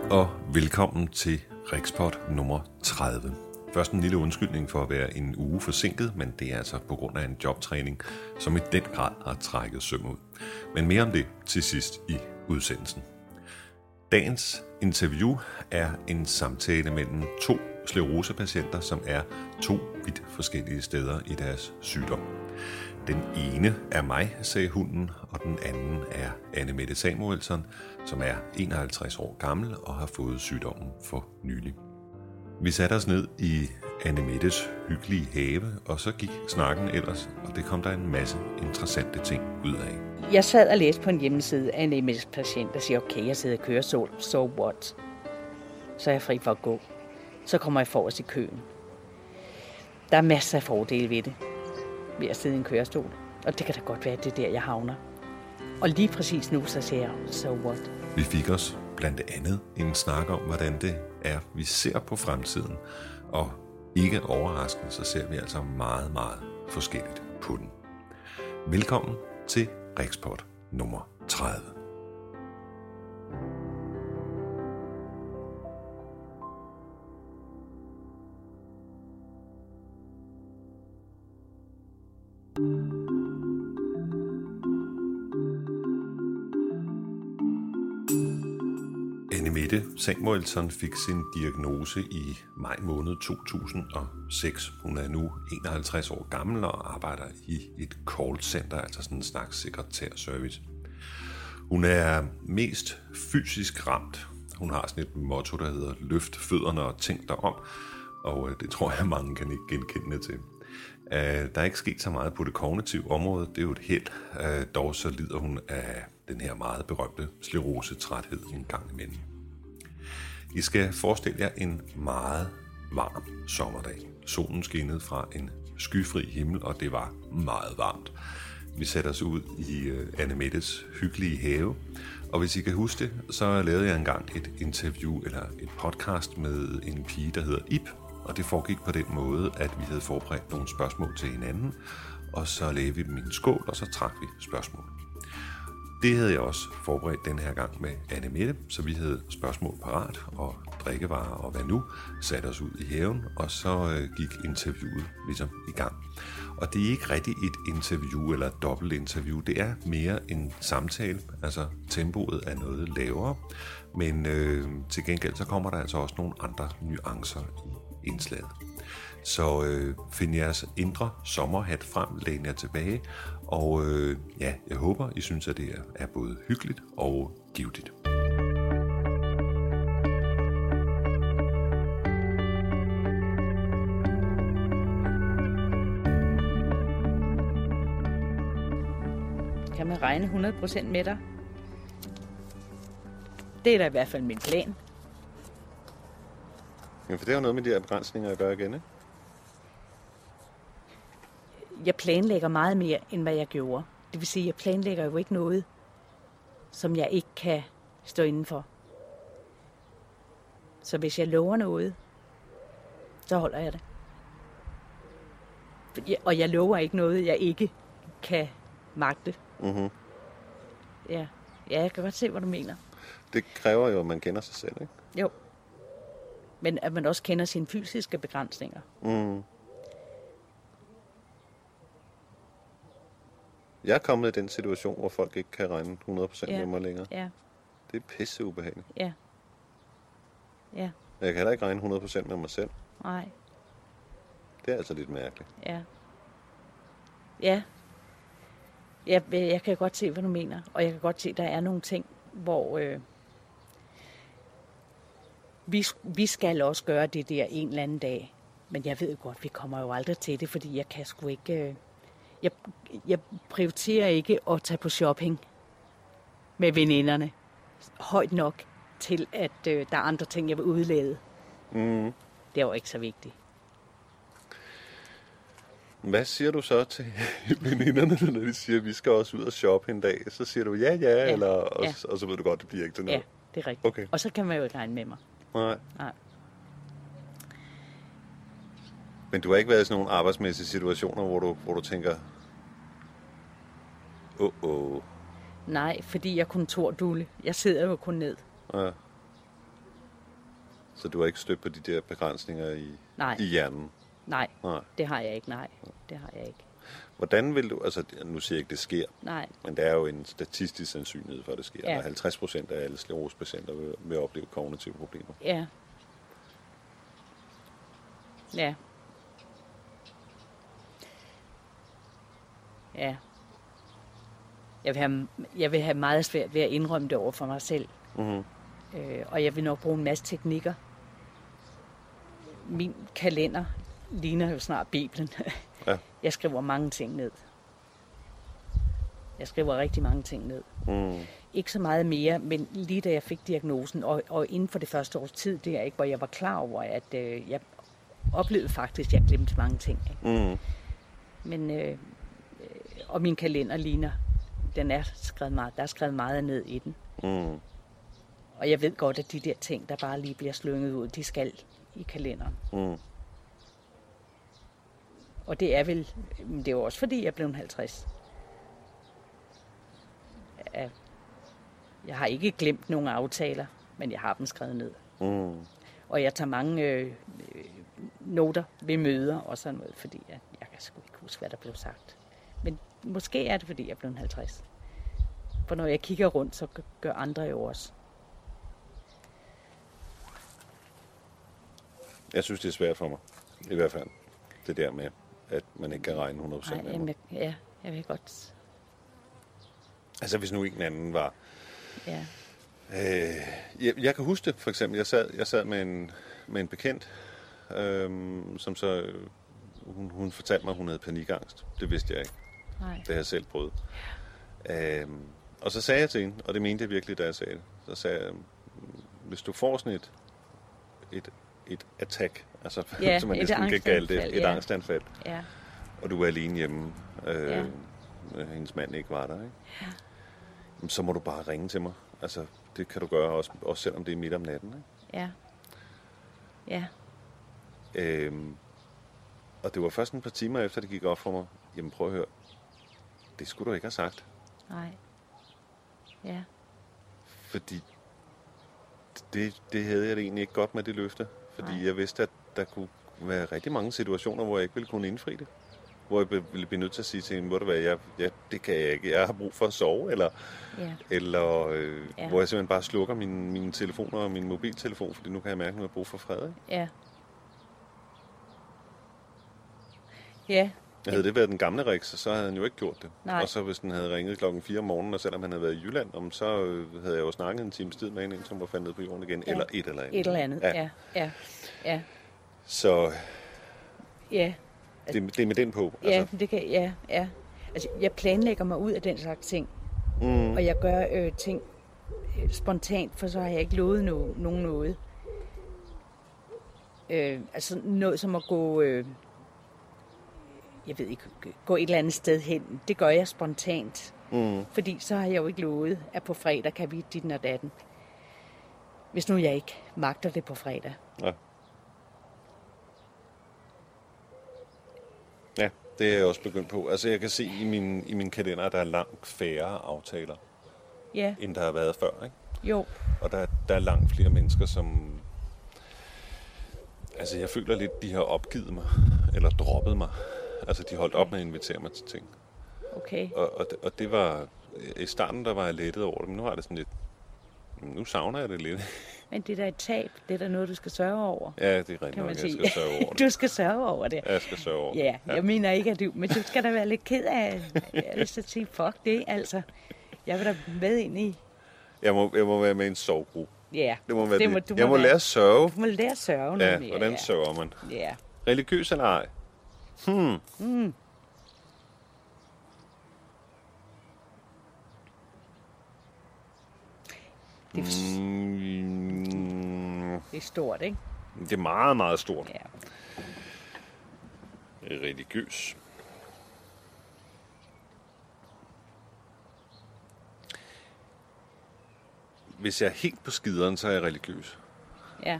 og velkommen til Rexpod nummer 30. Først en lille undskyldning for at være en uge forsinket, men det er altså på grund af en jobtræning, som i den grad har trækket søm ud. Men mere om det til sidst i udsendelsen. Dagens interview er en samtale mellem to sklerosepatienter, som er to vidt forskellige steder i deres sygdom. Den ene er mig, sagde hunden, og den anden er Anne-Mette Samuelsson, som er 51 år gammel og har fået sygdommen for nylig. Vi satte os ned i Anne-Mettes hyggelige have, og så gik snakken ellers, og det kom der en masse interessante ting ud af. Jeg sad og læste på en hjemmeside af en MS-patient, der siger, okay, jeg sidder i kørestol, so what? Så er jeg fri for at gå. Så kommer jeg forrest i køen. Der er masser af fordele ved det, ved at sidde i en kørestol. Og det kan da godt være, at det er der, jeg havner. Og lige præcis nu, så siger jeg, so what? Vi fik os blandt andet en snak om, hvordan det er, vi ser på fremtiden. Og ikke overraskende, så ser vi altså meget, meget forskelligt på den. Velkommen til Rexpod nummer 30. Anne-Mette Samuelsson fik sin diagnose i maj måned 2006. Hun er nu 51 år gammel og arbejder i et callcenter, altså sådan en slags sekretærservice. Hun er mest fysisk ramt. Hun har sådan et motto, der hedder løft fødderne og tænk dig om, og det tror jeg, mange kan ikke genkende til. Der er ikke sket så meget på det kognitive område, det er jo et held. Dog så lider hun af den her meget berømte sklerosetræthed en gang imellem. I skal forestille jer en meget varm sommerdag. Solen skinnede fra en skyfri himmel, og det var meget varmt. Vi satte os ud i Anne-Mettes hyggelige have, og hvis I kan huske det, så lavede jeg engang et interview eller et podcast med en pige, der hedder Ib, og det foregik på den måde, at vi havde forberedt nogle spørgsmål til hinanden, og så lagde vi dem i en skål, og så trak vi spørgsmål. Det havde jeg også forberedt den her gang med Anne-Mette, så vi havde spørgsmål parat, og drikkevarer og hvad nu, satte os ud i haven, og så gik interviewet ligesom i gang. Og det er ikke rigtig et interview eller et dobbelt interview, det er mere en samtale, altså tempoet er noget lavere, men til gengæld så kommer der altså også nogle andre nuancer i indslaget. Så find jeres indre sommerhat frem, læn jer tilbage, og jeg håber, I synes, at det er både hyggeligt og givtigt. Kan man regne 100% med dig? Det er da i hvert fald min plan. Ja, for det har noget med de her begrænsninger at gøre igen, ikke? Jeg planlægger meget mere, end hvad jeg gjorde. Det vil sige, at jeg planlægger jo ikke noget, som jeg ikke kan stå indenfor. Så hvis jeg lover noget, så holder jeg det. Og jeg lover ikke noget, jeg ikke kan magte. Mm-hmm. Ja, jeg kan godt se, hvad du mener. Det kræver jo, at man kender sig selv, ikke? Jo. Men at man også kender sine fysiske begrænsninger. Mm. Jeg er kommet i den situation, hvor folk ikke kan regne 100% med mig længere. Ja. Det er pisse ubehageligt. Ja. Ja. Jeg kan heller ikke regne 100% med mig selv. Nej. Det er altså lidt mærkeligt. Ja. Ja. Jeg kan godt se, hvad du mener. Og jeg kan godt se, at der er nogle ting, hvor vi skal også gøre det der en eller anden dag. Men jeg ved godt, vi kommer jo aldrig til det, fordi jeg kan sgu ikke... Jeg prioriterer ikke at tage på shopping med veninderne højt nok til, at der er andre ting, jeg vil udlade. Mm. Det er jo ikke så vigtigt. Hvad siger du så til veninderne, når de siger, at vi skal også ud og shoppe en dag? Så siger du ja, eller, og så ved du godt, det bliver ikke til noget. Ja, det er rigtigt. Okay. Og så kan man jo ikke regne med mig. Nej. Nej. Men du har ikke været i sådan nogle arbejdsmæssige situationer, hvor du tænker, Nej, fordi jeg kontordulle. Jeg sidder jo kun ned. Ja. Så du har ikke stødt på de der begrænsninger i hjernen? Nej, det har jeg ikke, det har jeg ikke. Hvordan vil du, altså nu siger jeg ikke, det sker, Nej. Men der er jo en statistisk sandsynlighed for, at det sker. Ja. Der er 50% af alle sklerosepatienter vil opleve kognitive problemer. Ja. Ja. Ja. Jeg vil have meget svært ved at indrømme det over for mig selv. Mm-hmm. Og jeg vil nok bruge en masse teknikker. Min kalender ligner jo snart Bibelen. Ja. Jeg skriver mange ting ned. Jeg skriver rigtig mange ting ned. Mm. Ikke så meget mere, men lige da jeg fik diagnosen, og inden for det første års tid, det er ikke, hvor jeg var klar over, at jeg oplevede faktisk, at jeg glemte mange ting. Mm. Men, og min kalender ligner, den er skrevet meget, der er skrevet meget ned i den. Mm. Og jeg ved godt, at de der ting, der bare lige bliver slynget ud, de skal i kalenderen. Mm. Og det er jo også fordi, jeg blev 50. Jeg har ikke glemt nogen aftaler, men jeg har dem skrevet ned. Mm. Og jeg tager mange noter ved møder og sådan noget, fordi jeg kan sgu ikke huske, hvad der blev sagt. Men måske er det, fordi jeg blev 50. For når jeg kigger rundt, så gør andre jo også. Jeg synes, det er svært for mig. I hvert fald. Det der med, at man ikke kan regne 100% med mig. Ja, jeg vil godt. Altså, hvis nu en anden var... Ja. Jeg kan huske det, for eksempel. Jeg sad med en bekendt, som så... Hun fortalte mig, at hun havde panikangst. Det vidste jeg ikke. Nej. Det har jeg selv prøvet. Og så sagde jeg til hende, og det mente jeg virkelig, da jeg sagde det. Så sagde jeg, hvis du får sådan et attack, altså som man næsten kan kalde det, et angstanfald, og du er alene hjemme, hendes mand ikke var der, ikke? Ja. Så må du bare ringe til mig. Altså, det kan du gøre, også selvom det er midt om natten, ikke? Ja. Ja. Og det var først et par timer efter, det gik op for mig. Jamen prøv at høre, det skulle du ikke have sagt. Nej. Ja. Fordi det havde jeg det egentlig ikke godt med, det løfte. Fordi jeg vidste, at der kunne være rigtig mange situationer, hvor jeg ikke ville kunne indfri det. Hvor jeg ville blive nødt til at sige til hende, hvor det var, det kan jeg ikke. Jeg har brug for at sove, eller hvor jeg simpelthen bare slukker mine telefoner og min mobiltelefon, fordi nu kan jeg mærke, at jeg har brug for fred. Ikke? Ja. Ja. Havde det været den gamle Rix, så havde han jo ikke gjort det. Nej. Og så hvis den havde ringet 4:00 om morgenen, og selvom han havde været i Jylland, så havde jeg jo snakket en times tid med en, som var faldet ned på jorden igen, eller et eller andet. Et eller andet, ja. Så ja. Det er med den på. Ja, altså. Det kan, ja. Altså, jeg planlægger mig ud af den slags ting, og jeg gør ting spontant, for så har jeg ikke lovet nogen noget. Altså noget som at gå... jeg ved ikke, gå et eller andet sted hen. Det gør jeg spontant. Fordi så har jeg jo ikke lovet, at på fredag kan vi dit og datten. Hvis nu jeg ikke magter det på fredag. Ja, det er jeg også begyndt på. Altså jeg kan se i min kalender, at der er langt færre aftaler, end der har været før. Ikke? Jo. Og der er langt flere mennesker, som... Altså jeg føler lidt, de har opgivet mig, eller droppet mig. Altså, de holdt op med at invitere mig til ting. Okay. Og det var... I starten, der var jeg lettet over det, men nu har det sådan lidt... Nu savner jeg det lidt. Men det er da et tab. Det er da noget, du skal sørge over. Ja, det er rigtigt nok, jeg skal sørge over det. Du skal sørge over det. Ja, jeg skal sørge over det. Ja, jeg mener ikke, at men du skal da være lidt ked af... Jeg vil så sige, fuck det, altså. Jeg vil da med ind i... Jeg må være med i en sovegruppe. Ja. Det må være det. Jeg må lære at sørge. Du må lære at sørge. Ja, hvordan sørger man? Ja. Religiøs eller ej? Det er stort, ikke? Det er meget, meget stort. Ja. Religiøs. Hvis jeg er helt på skideren, så er jeg religiøs. Ja.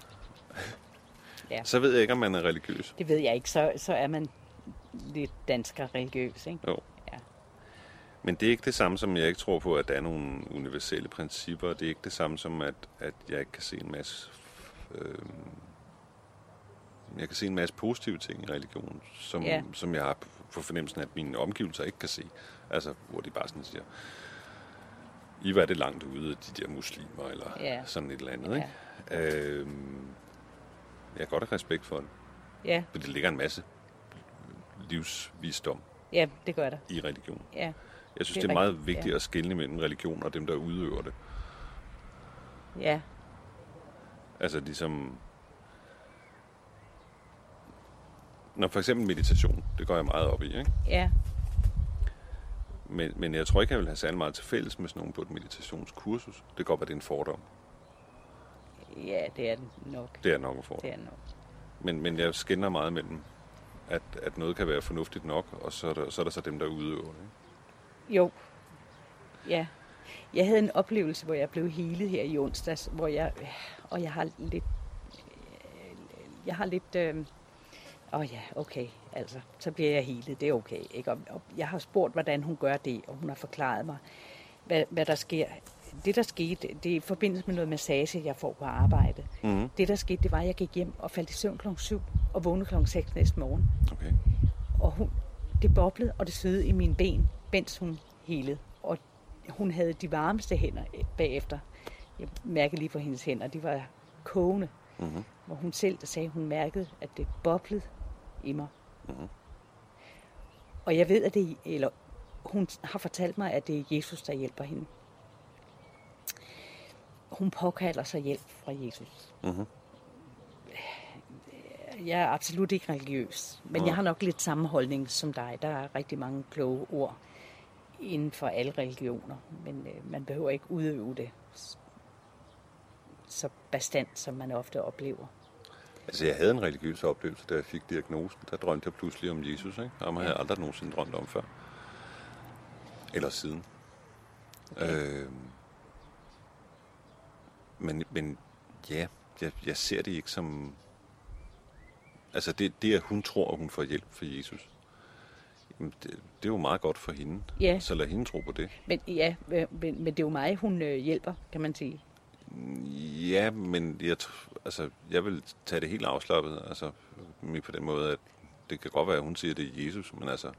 Så ved jeg ikke, om man er religiøs. Det ved jeg ikke. Så er man lidt dansker religiøs, ikke? Jo. Ja. Men det er ikke det samme som, jeg ikke tror på, at der er nogle universelle principper. Det er ikke det samme som, at jeg ikke kan se en masse Jeg kan se en masse positive ting i religion, som jeg har på fornemmelsen, at mine omgivelser ikke kan se. Altså, hvor de bare sådan siger, I var det langt ude, de der muslimer, eller sådan et eller andet, ikke? Jeg har godt have respekt for det. Ja. For det ligger en masse livsvisdom det gør der. I religion. Ja. Jeg synes, det er meget vigtigt at skelne mellem religion og dem, der udøver det. Ja. Altså ligesom... Når for eksempel meditation, det går jeg meget op i, ikke? Ja. Men jeg tror ikke, jeg vil have særlig meget til fælles med sådan nogen på et meditationskursus. Det går bare, det er en fordom. Ja, det er det nok. Det er nok en fordom. Det er nok. Men jeg skelner meget mellem, at noget kan være fornuftigt nok, og så er der så dem, der udøver det. Ikke? Jo. Ja. Jeg havde en oplevelse, hvor jeg blev healet her i onsdags, hvor jeg har lidt... okay, altså, så bliver jeg healet, det er okay, ikke? Og jeg har spurgt, hvordan hun gør det, og hun har forklaret mig, hvad der sker. Det, der skete, det er i forbindelse med noget massage, jeg får på arbejde. Mm-hmm. Det, der skete, det var, at jeg gik hjem og faldt i søvn kl. 7 og vågnede kl. 6 næste morgen. Okay. Og det boblede, og det svede i mine ben, mens hun healede. Og hun havde de varmeste hænder bagefter. Jeg mærkede lige på hendes hænder, de var kogende. Mm-hmm. Hvor hun selv sagde, hun mærkede, at det boblede i mig. Mm-hmm. Og jeg ved, at hun har fortalt mig, at det er Jesus, der hjælper hende. Hun påkalder sig hjælp fra Jesus. Mm-hmm. Jeg er absolut ikke religiøs, men jeg har nok lidt samme holdning som dig. Der er rigtig mange kloge ord inden for alle religioner, men man behøver ikke udøve det så bastant, som man ofte oplever. Altså, jeg havde en religiøs oplevelse, da jeg fik diagnosen. Der drømte jeg pludselig om Jesus, ikke? Og man havde aldrig nogensinde drømt om før. Eller siden. Okay. Men ja, jeg ser det ikke som... Altså, det at hun tror, at hun får hjælp fra Jesus, jamen, det er jo meget godt for hende. Ja. Så lad hende tro på det. Men det er jo mig, hun hjælper, kan man sige. Ja, men jeg vil tage det helt afslappet. Altså, på den måde, at det kan godt være, at hun siger, at det er Jesus, men altså,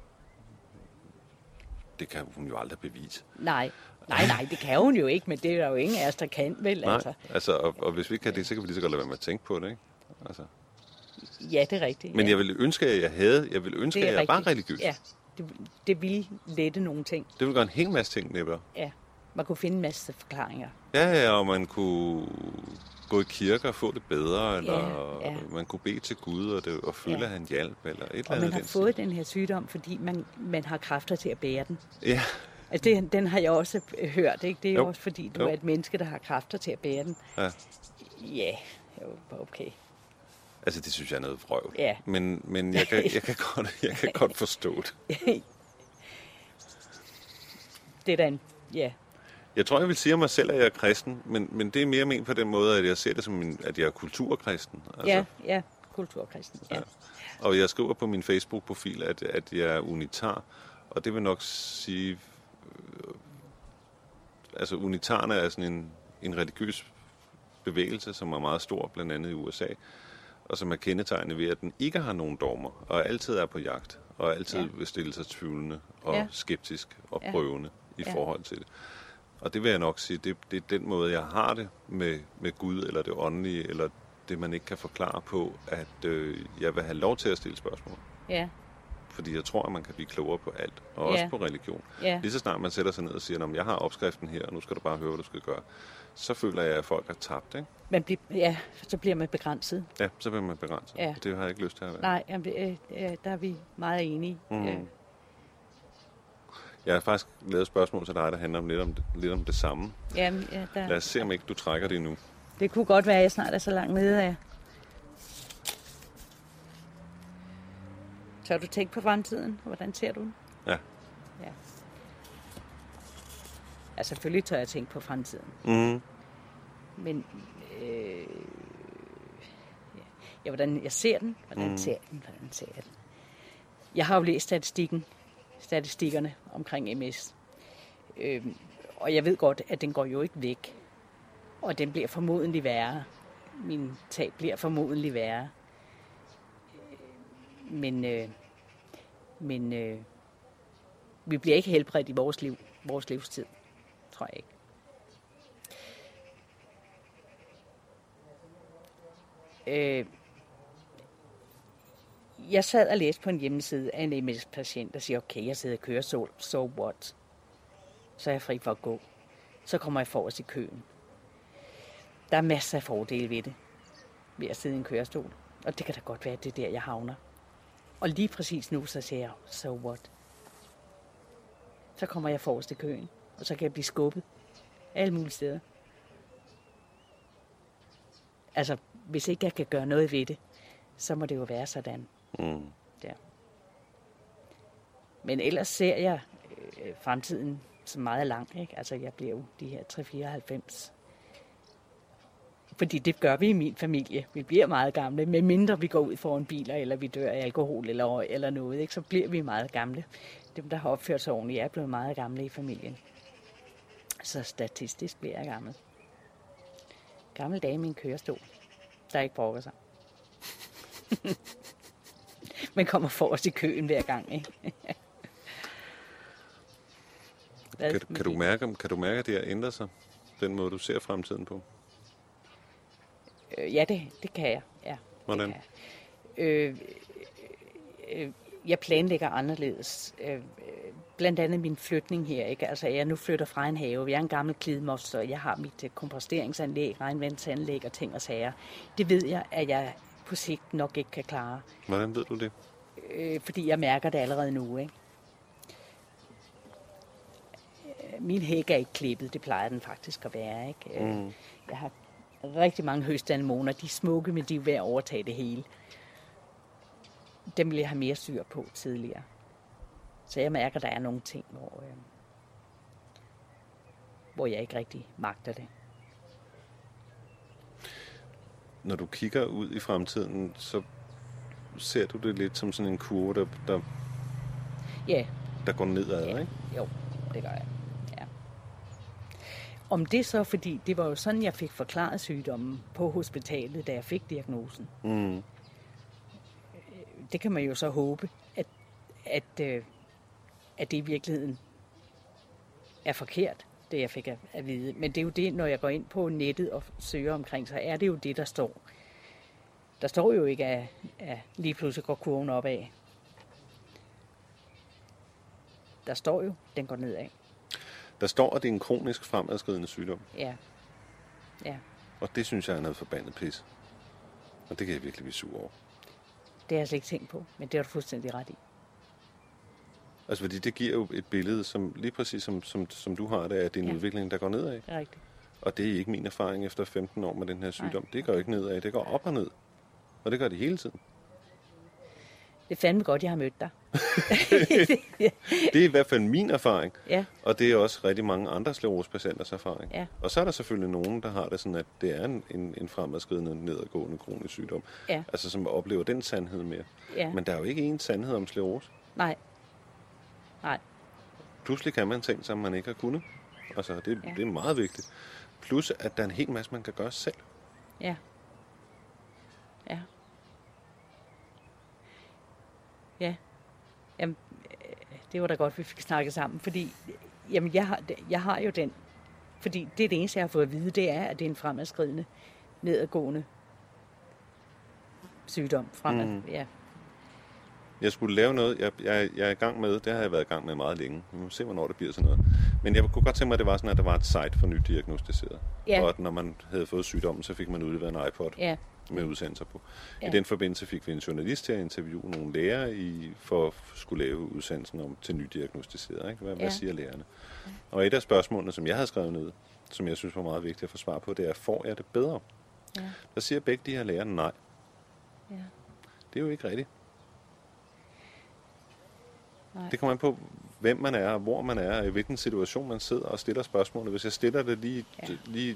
det kan hun jo aldrig bevise. Nej, det kan hun jo ikke, men det er der jo ingen af os, der kan, vel? Nej, altså og hvis vi ikke kan det, så kan vi lige så godt lade være med at tænke på det, ikke? Altså. Ja, det er rigtigt. Men jeg ville ønske, at jeg var religiøs. Ja, det ville lette nogle ting. Det ville gøre en hel masse ting nemmere. Ja, man kunne finde en masse forklaringer. Ja, og man kunne gå i kirke og få det bedre, eller man kunne bede til Gud og føle, at han hjalp, eller et eller andet. Og man har fået den her sygdom, fordi man har kræfter til at bære den. Ja. Altså den har jeg også hørt, ikke? Det er jo også fordi, du er et menneske, der har kræfter til at bære den. Ja. Ja, okay. Altså, det synes jeg er noget vrøvl. Ja. Men jeg kan godt forstå det. Det er da ja. Jeg tror, jeg vil sige om mig selv, at jeg er kristen, men det er mere ment på den måde, at jeg ser det som, at jeg er kulturkristen. Altså. Ja, kulturkristen, ja. Og jeg skriver på min Facebook-profil, at jeg er unitar, og det vil nok sige... Altså, unitarerne er sådan en religiøs bevægelse, som er meget stor, blandt andet i USA, og som er kendetegnet ved, at den ikke har nogen dogmer, og altid er på jagt, og altid vil stille sig tvivlende og skeptisk og prøvende i forhold til det. Og det vil jeg nok sige, det er den måde, jeg har det med Gud, eller det åndelige, eller det, man ikke kan forklare på, at jeg vil have lov til at stille spørgsmål. Ja. Fordi jeg tror, at man kan blive klogere på alt, og også på religion. Ja. Lige så snart man sætter sig ned og siger, at jeg har opskriften her, og nu skal du bare høre, hvad du skal gøre, så føler jeg, at folk er tabt, ikke? Så bliver man begrænset. Ja, så bliver man begrænset. Ja. Det har jeg ikke lyst til at være. Nej, der er vi meget enige. Mm. Jeg har faktisk lavet et spørgsmål til dig, der handler om lidt om det samme. Jamen, lad os se, om ikke du trækker det endnu. Det kunne godt være, at jeg snart er så langt nede af. Tør du tænke på fremtiden? Hvordan ser du den? Ja. Ja, selvfølgelig tør jeg tænke på fremtiden. Mm. Men hvordan jeg ser den? Hvordan ser jeg den? Jeg har jo læst statistikkerne omkring MS. Og jeg ved godt, at den går jo ikke væk. Og den bliver formodentlig værre. min tab bliver formodentlig værre. Men vi bliver ikke helbredt i vores livstid, tror jeg ikke. Jeg sad og læste på en hjemmeside af en MS-patient, der siger, okay, jeg sidder og kører, so what? Så er jeg fri for at gå. Så kommer jeg forrest i køen. Der er masser af fordele ved det, ved at sidde i en kørestol. Og det kan da godt være, at det er der, jeg havner. Og lige præcis nu, så siger jeg, so what? Så kommer jeg forrest i køen, og så kan jeg blive skubbet alle mulige steder. Altså, hvis ikke jeg kan gøre noget ved det, så må det jo være sådan. Mm. Ja. Men ellers ser jeg fremtiden som meget lang, ikke? Altså, jeg bliver jo de her 3-94. Fordi det gør vi i min familie. Vi bliver meget gamle. Med mindre vi går ud foran biler, eller vi dør af alkohol eller noget, ikke? Så bliver vi meget gamle. Dem, der har opført sig ordentligt, er blevet meget gamle i familien. Så statistisk bliver jeg gammel. Gammel dame i en kørestol, der ikke brokker sig. Man kommer forrest i køen hver gang, ikke? Kan du mærke, at det har ændret sig? Den måde, du ser fremtiden på? Ja, det kan jeg. Ja, hvordan? Jeg planlægger anderledes. Blandt andet min flytning her, ikke? Altså, jeg nu flytter fra en have. Jeg er en gammel klidmost, så jeg har mit komposteringsanlæg, regnvandsanlæg og ting og sager. Det ved jeg, at jeg på sigt nok ikke kan klare. Hvordan ved du det? Fordi jeg mærker det allerede nu, ikke? Min hæk er ikke klippet, det plejer den faktisk at være, ikke? Jeg har rigtig mange høstanemoner, de er smukke, men de er ved at overtage det hele. Dem vil jeg have mere styr på tidligere. Så jeg mærker, at der er nogle ting, hvor jeg ikke rigtig magter det. Når du kigger ud i fremtiden, så ser du det lidt som sådan en kurve, der går nedad, ja. Ikke? Jo, det gør jeg. Ja. Om det så, fordi det var jo sådan, jeg fik forklaret sygdommen på hospitalet, da jeg fik diagnosen. Mm. Det kan man jo så håbe, at det i virkeligheden er forkert, det jeg fik at vide. Men det er jo det, når jeg går ind på nettet og søger omkring, så er det jo det, der står. Der står jo ikke, at lige pludselig går kurven opad. Der står jo, den går nedad. Der står, at det er en kronisk fremadskridende sygdom. Ja. Ja. Og det synes jeg er noget forbandet pis. Og det kan jeg virkelig blive sur over. Det har jeg slet ikke tænkt på, men det har du fuldstændig ret i. Altså fordi det giver jo et billede, som lige præcis som du har det, at det er en udvikling, der går nedad. Det er rigtigt. Og det er ikke min erfaring efter 15 år med den her sygdom. Nej. Det går ikke nedad, det går op og ned. Og det gør det hele tiden. Det er fandme godt, jeg har mødt dig. Det er i hvert fald min erfaring. Ja. Og det er også rigtig mange andre sklerosepatienters erfaring. Ja. Og så er der selvfølgelig nogen, der har det sådan, at det er en fremadskridende, nedadgående kronisk sygdom. Ja. Altså som oplever den sandhed mere. Ja. Men der er jo ikke én sandhed om sklerose. Nej. Nej. Pludselig kan man ting, som man ikke har kunnet. Altså det er meget vigtigt. Plus at der er en hel masse, man kan gøre selv. Ja. Ja. Ja. Jamen, det var da godt, vi fik snakket sammen, fordi jamen, jeg har jo den. Fordi det er det eneste, jeg har fået at vide, det er, at det er en fremadskridende, nedadgående sygdom. Ja. Jeg skulle lave noget, jeg er i gang med, det har jeg været i gang med meget længe. Vi må se, hvornår det bliver sådan noget. Men jeg kunne godt tænke mig, at det var sådan, at der var et site for nydiagnostiseret. Ja. Og at når man havde fået sygdommen, så fik man udleveret en iPod med udsendelser på. Ja. I den forbindelse fik vi en journalist til at interviewe nogle lærere for at skulle lave udsendelsen til nydiagnostiseret. Ikke? Hvad siger lærerne? Og et af spørgsmålene, som jeg havde skrevet ned, som jeg synes var meget vigtigt at få svar på, det er, får jeg det bedre? Ja. Der siger begge de her lærere nej. Ja. Det er jo ikke rigtigt. Nej. Det kommer an på, hvem man er, hvor man er, i hvilken situation man sidder og stiller spørgsmålet. Hvis jeg stiller det lige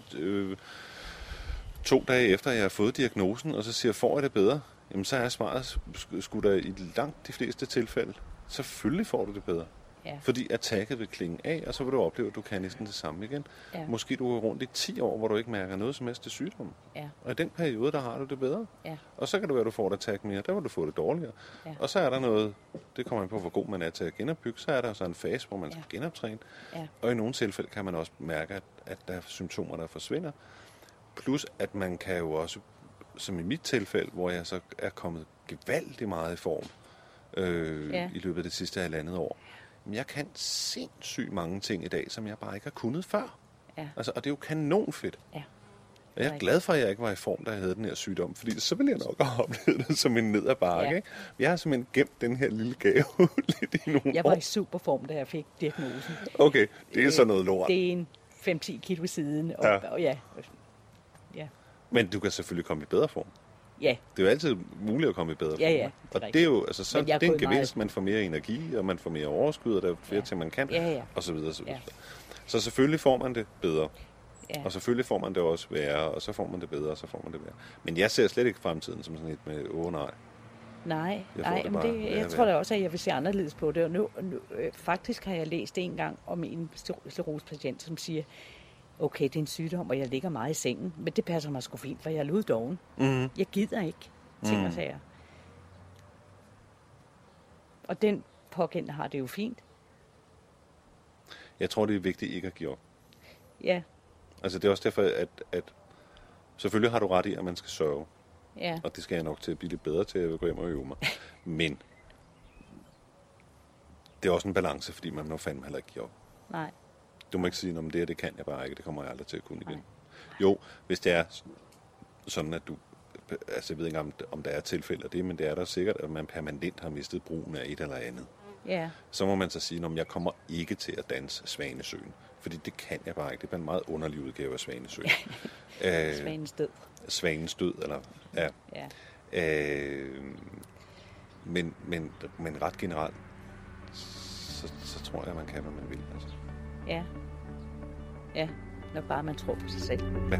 2 dage efter, jeg har fået diagnosen, og så siger, får jeg det bedre? Jamen, så er svaret, skulle der i langt de fleste tilfælde, selvfølgelig får du det bedre. Ja. Fordi attacket vil klinge af, og så vil du opleve, at du kan næsten det samme igen. Ja. Måske du går rundt i 10 år, hvor du ikke mærker noget som helst til sygdommen. Ja. Og i den periode, der har du det bedre. Ja. Og så kan det være, at du får et attack mere, der vil du få det dårligere. Ja. Og så er der noget, det kommer an på, hvor god man er til at genopbygge, så er der så en fase, hvor man skal genoptræne. Ja. Og i nogle tilfælde kan man også mærke, at der er symptomer, der forsvinder. Plus, at man kan jo også, som i mit tilfælde, hvor jeg så er kommet gevaldigt meget i form i løbet af det sidste 1,5 år. Men jeg kan sindssygt mange ting i dag, som jeg bare ikke har kunnet før. Ja. Altså, og det er jo kanonfedt. Ja. Og jeg er glad for, at jeg ikke var i form, da jeg havde den her sygdom, fordi så ville jeg nok have oplevet det som en ned ad bakke. Ja. Ikke? Jeg har simpelthen gemt den her lille gave lidt i nogle år. Jeg var i super form, da jeg fik diagnosen. Okay, det er sådan noget lort. Det er en 5-10 kilo siden. Og ja. Men du kan selvfølgelig komme i bedre form. Ja. Det er jo altid muligt at komme i bedre form. Ja. Og det er jo, altså, så det er en gevinst, meget. man får mere energi, og man får mere overskud, og der er flere ting, man kan, og så videre, så videre. Ja. Så selvfølgelig får man det bedre. Ja. Og selvfølgelig får man det også værre, og så får man det bedre, og så får man det værre. Men jeg ser slet ikke fremtiden som sådan et med, nej. Nej, men jeg tror da også, at jeg vil se anderledes på det. Og nu, faktisk har jeg læst en gang om en sklerosepatient, som siger, okay, det er en sygdom, og jeg ligger meget i sengen, men det passer mig sgu fint, for jeg er luddoven. Mm-hmm. Jeg gider ikke ting og sager. Og den pågældende har det jo fint. Jeg tror, det er vigtigt ikke at give op. Ja. Altså, det er også derfor, at selvfølgelig har du ret i, at man skal sørge. Ja. Og det skal jeg nok til at blive lidt bedre til, at jeg gå hjem og øve mig. Men det er også en balance, fordi man må fandme heller ikke give op. Nej. Du må ikke sige, om det kan jeg bare ikke, det kommer jeg aldrig til at kunne igen. Nej. Jo, hvis det er sådan, at du, altså jeg ved ikke, om der er tilfælde af det, men det er der sikkert, at man permanent har mistet brugen af et eller andet. Ja. Så må man så sige, at jeg kommer ikke til at danse Svanesøen. Fordi det kan jeg bare ikke. Det er en meget underlig udgave af Svanesøen. Svanens død. Svanens død, eller ja. Men ret generelt, så tror jeg, at man kan, hvad man vil. Altså. Ja. Ja, når bare man tror på sig selv. Ja.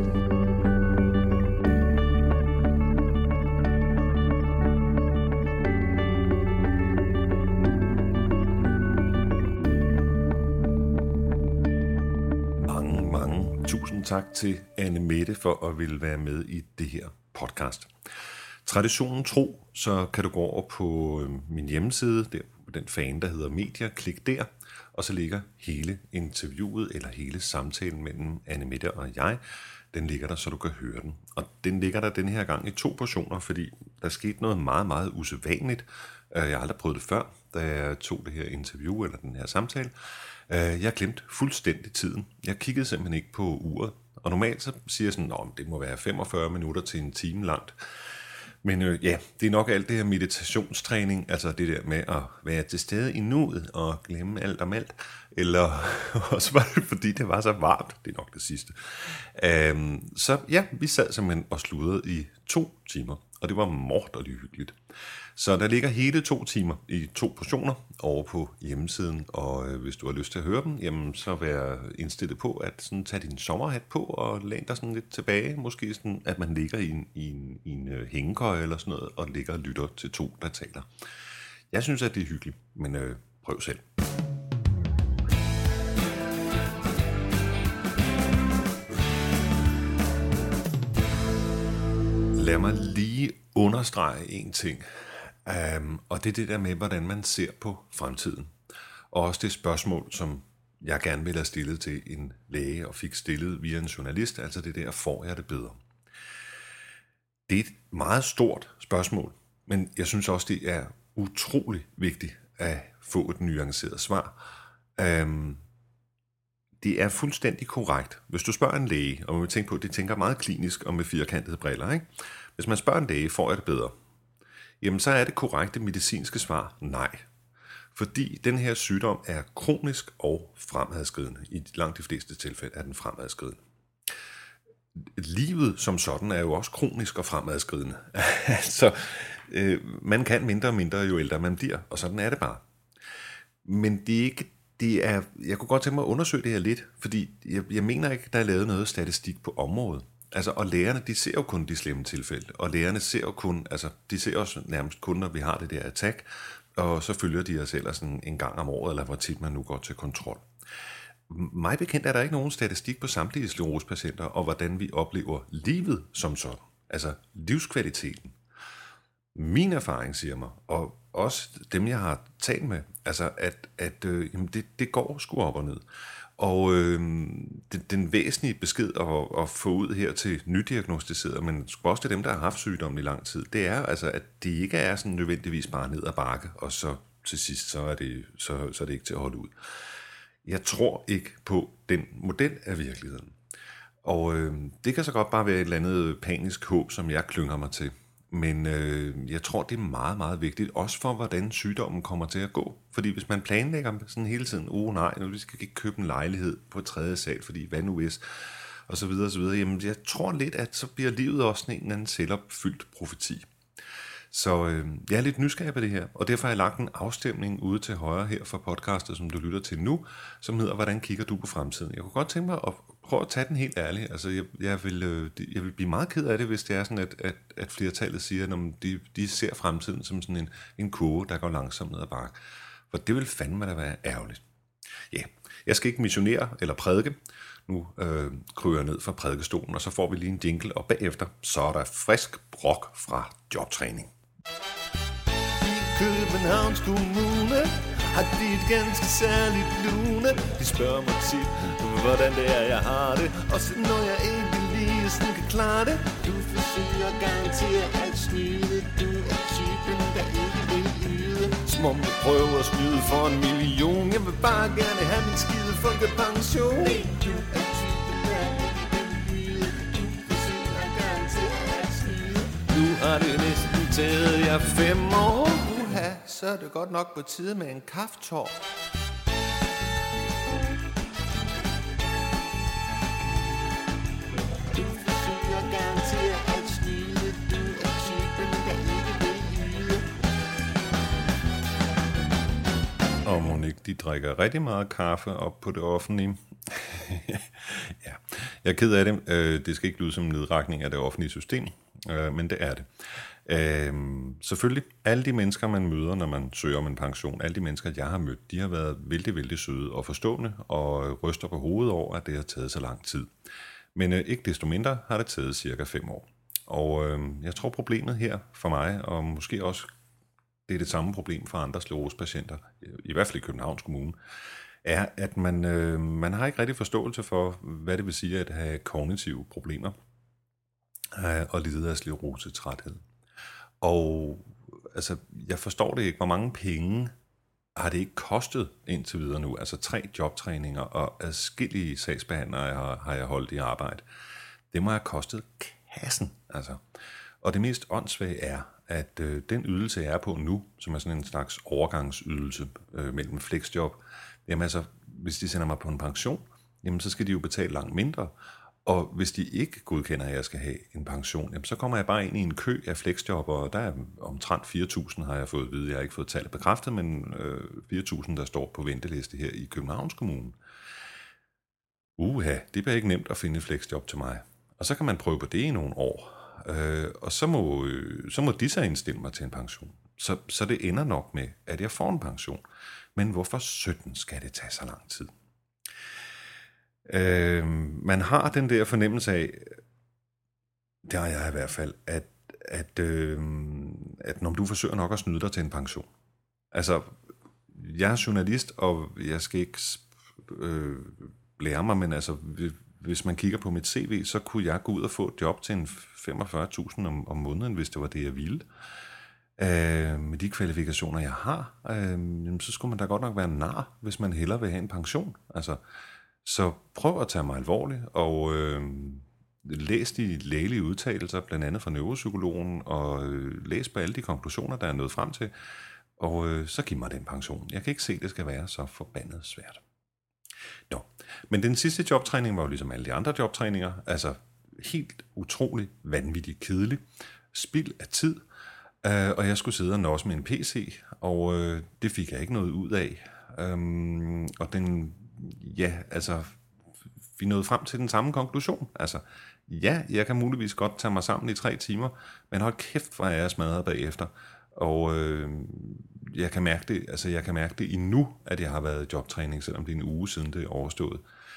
Tusind tak til Anne Mette for at ville være med i det her podcast. Traditionen tro, så kan du gå over på min hjemmeside, der på den fan, der hedder Media, klik der, og så ligger hele interviewet eller hele samtalen mellem Anne Mette og jeg, den ligger der, så du kan høre den. Og den ligger der den her gang i 2 portioner, fordi der skete noget meget, meget usædvanligt. Jeg har aldrig prøvet det før, da jeg tog det her interview eller den her samtale. Jeg glemte fuldstændig tiden. Jeg kiggede simpelthen ikke på uret. Og normalt så siger jeg sådan, at det må være 45 minutter til en time langt. Men det er nok alt det her meditationstræning, altså det der med at være til stede i nuet og glemme alt om alt. Eller også var det, fordi det var så varmt. Det er nok det sidste. Så ja, vi sad simpelthen og sludrede i 2 timer. Og det var morderligt hyggeligt. Så der ligger hele 2 timer i 2 portioner over på hjemmesiden, og hvis du har lyst til at høre dem, jamen så vær indstillet på at sådan tage din sommerhat på og læn dig sådan lidt tilbage. Måske sådan, at man ligger i en hængekøje eller sådan noget, og ligger og lytter til 2, der taler. Jeg synes, at det er hyggeligt, men prøv selv. Lad mig lige understrege en ting. Og det er det der med, hvordan man ser på fremtiden. Og også det spørgsmål, som jeg gerne ville have stillet til en læge, og fik stillet via en journalist, altså det der, får jeg det bedre? Det er et meget stort spørgsmål, men jeg synes også, det er utrolig vigtigt at få et nuanceret svar. Det er fuldstændig korrekt. Hvis du spørger en læge, og man vil tænke på, at de tænker meget klinisk og med firkantede briller, ikke? Hvis man spørger en læge, får jeg det bedre? Jamen, så er det korrekte medicinske svar nej. Fordi den her sygdom er kronisk og fremadskridende. I langt de fleste tilfælde er den fremadskridende. Livet som sådan er jo også kronisk og fremadskridende. Altså, man kan mindre og mindre, jo ældre man bliver, og sådan er det bare. Men det er ikke... jeg kunne godt tænke mig at undersøge det her lidt, fordi jeg mener ikke, der er lavet noget statistik på området. Altså, og lægerne, de ser jo kun de slemme tilfælde, og lægerne ser jo kun, altså, de ser også nærmest kun, når vi har det der attack, og så følger de os ellers en gang om året, eller hvor tit man nu går til kontrol. Mig bekendt er der ikke nogen statistik på samtlige sklerosepatienter, og hvordan vi oplever livet som sådan, altså livskvaliteten. Min erfaring siger mig, og også dem, jeg har talt med, altså at det går sgu op og ned. Og den væsentlige besked at få ud her til nydiagnostiserede, men også til dem, der har haft sygdommen i lang tid, det er altså, at det ikke er sådan nødvendigvis bare ned ad bakke, og så til sidst, så er det ikke til at holde ud. Jeg tror ikke på den model af virkeligheden. Og det kan så godt bare være et eller andet panisk håb, som jeg klynger mig til. Men jeg tror, det er meget, meget vigtigt, også for, hvordan sygdommen kommer til at gå. Fordi hvis man planlægger sådan hele tiden, nej, nu skal vi ikke købe en lejlighed på 3. sal, fordi hvad nu hvis, og så videre, jamen jeg tror lidt, at så bliver livet også en eller anden selvopfyldt profeti. Så jeg er lidt nysgerrig på det her, og derfor har jeg lagt en afstemning ude til højre her for podcastet, som du lytter til nu, som hedder, hvordan kigger du på fremtiden? Jeg kunne godt tænke mig at prøve at tage den helt ærligt. Altså, jeg vil blive meget ked af det, hvis det er sådan, at flertallet siger, at de ser fremtiden som sådan en kurve, der går langsomt ned ad bakke. For det vil fandme da være ærgerligt. Ja, jeg skal ikke missionere eller prædike. Nu kryger jeg ned fra prædikestolen, og så får vi lige en jingle, og bagefter så er der frisk brok fra jobtræning. Københavns Kommune har de et ganske særligt lune. De spørger mig tit, hvordan det er, jeg har det. Og så når jeg ikke lige sådan kan klare det. Du forsøger garantere at snyde. Du er typen, der ikke vil yde. Som om du prøver at snyde for 1 million. Jeg vil bare gerne have min skide folkepension. Nej, du er typen, der ikke vil yde. Du forsøger garantere at snyde. Nu har det næsten taget jer 5 år. Så er det godt nok på tide med en kafftår. Du forsøger garantere at snyde. Du er typen, der ikke vil yde. Og Monique, de drikker rigtig meget kaffe op på det offentlige. Ja, jeg er ked af det. Det skal ikke lyde som en nedrækning af det offentlige system, men det er det. Selvfølgelig, alle de mennesker, man møder, når man søger om en pension, alle de mennesker, jeg har mødt, de har været vældig, vældig søde og forstående og ryster på hovedet over, at det har taget så lang tid. Men ikke desto mindre har det taget cirka 5 år. Og jeg tror, problemet her for mig, og måske også det er det samme problem for andre sklerosepatienter, i hvert fald i Københavns Kommune, er, at man har ikke rigtig forståelse for, hvad det vil sige at have kognitive problemer og lide af sklerosetræthed. Og altså, jeg forstår det ikke, hvor mange penge har det ikke kostet indtil videre nu. Altså 3 jobtræninger og adskillige sagsbehandlere har jeg holdt i arbejde. Det må have kostet kassen, altså. Og det mest åndssvage er, at den ydelse, jeg er på nu, som er sådan en slags overgangsydelse mellem flexjob, jamen altså, hvis de sender mig på en pension, jamen så skal de jo betale langt mindre. Og hvis de ikke godkender, at jeg skal have en pension, jamen så kommer jeg bare ind i en kø af flexjobber, og der er omtrent 4.000, har jeg fået at vide. Jeg har ikke fået tallet bekræftet, men 4.000, der står på venteliste her i Københavns Kommune. Det bliver ikke nemt at finde et flexjob til mig. Og så kan man prøve på det i nogle år, og så må de så indstille mig til en pension. Så det ender nok med, at jeg får en pension. Men hvorfor 17 skal det tage så lang tid? Man har den der fornemmelse af, det har jeg i hvert fald, at når du forsøger nok at snyde dig til en pension. Altså, jeg er journalist, og jeg skal ikke blære mig, men altså, hvis man kigger på mit CV, så kunne jeg gå ud og få et job til en 45.000 om måneden, hvis det var det, jeg ville. Med de kvalifikationer, jeg har, så skulle man da godt nok være nar, hvis man hellere vil have en pension. Altså, så prøv at tage mig alvorligt, og læs de lægelige udtalelser, blandt andet fra neuropsykologen, og læs på alle de konklusioner, der er nået frem til, og så giv mig den pension. Jeg kan ikke se, at det skal være så forbandet svært. Nå, men den sidste jobtræning var jo ligesom alle de andre jobtræninger, altså helt utrolig vanvittigt kedelig, spild af tid, og jeg skulle sidde og nås med en PC, og det fik jeg ikke noget ud af. Og vi nåede frem til den samme konklusion. Altså, ja, jeg kan muligvis godt tage mig sammen i 3 timer, men hold kæft, hvor er jeg smadret bagefter. Og jeg kan mærke det endnu, at jeg har været i jobtræning, selvom det er en uge siden det er overstået.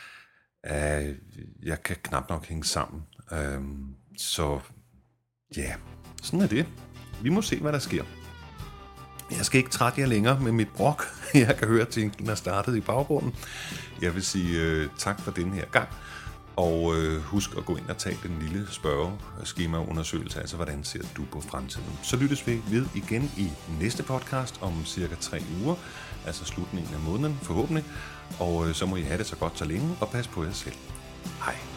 Jeg kan knap nok hænge sammen. Så ja, sådan er det. Vi må se, hvad der sker. Jeg skal ikke trætte jer længere med mit brok. Jeg kan høre, at tingene er startet i baggrunden. Jeg vil sige tak for den her gang. Og husk at gå ind og tage den lille spørgeskemaundersøgelse, altså hvordan ser du på fremtiden. Så lyttes vi ved igen i næste podcast om cirka 3 uger, altså slutningen af måneden forhåbentlig. Og så må I have det så godt så længe, og pas på jer selv. Hej.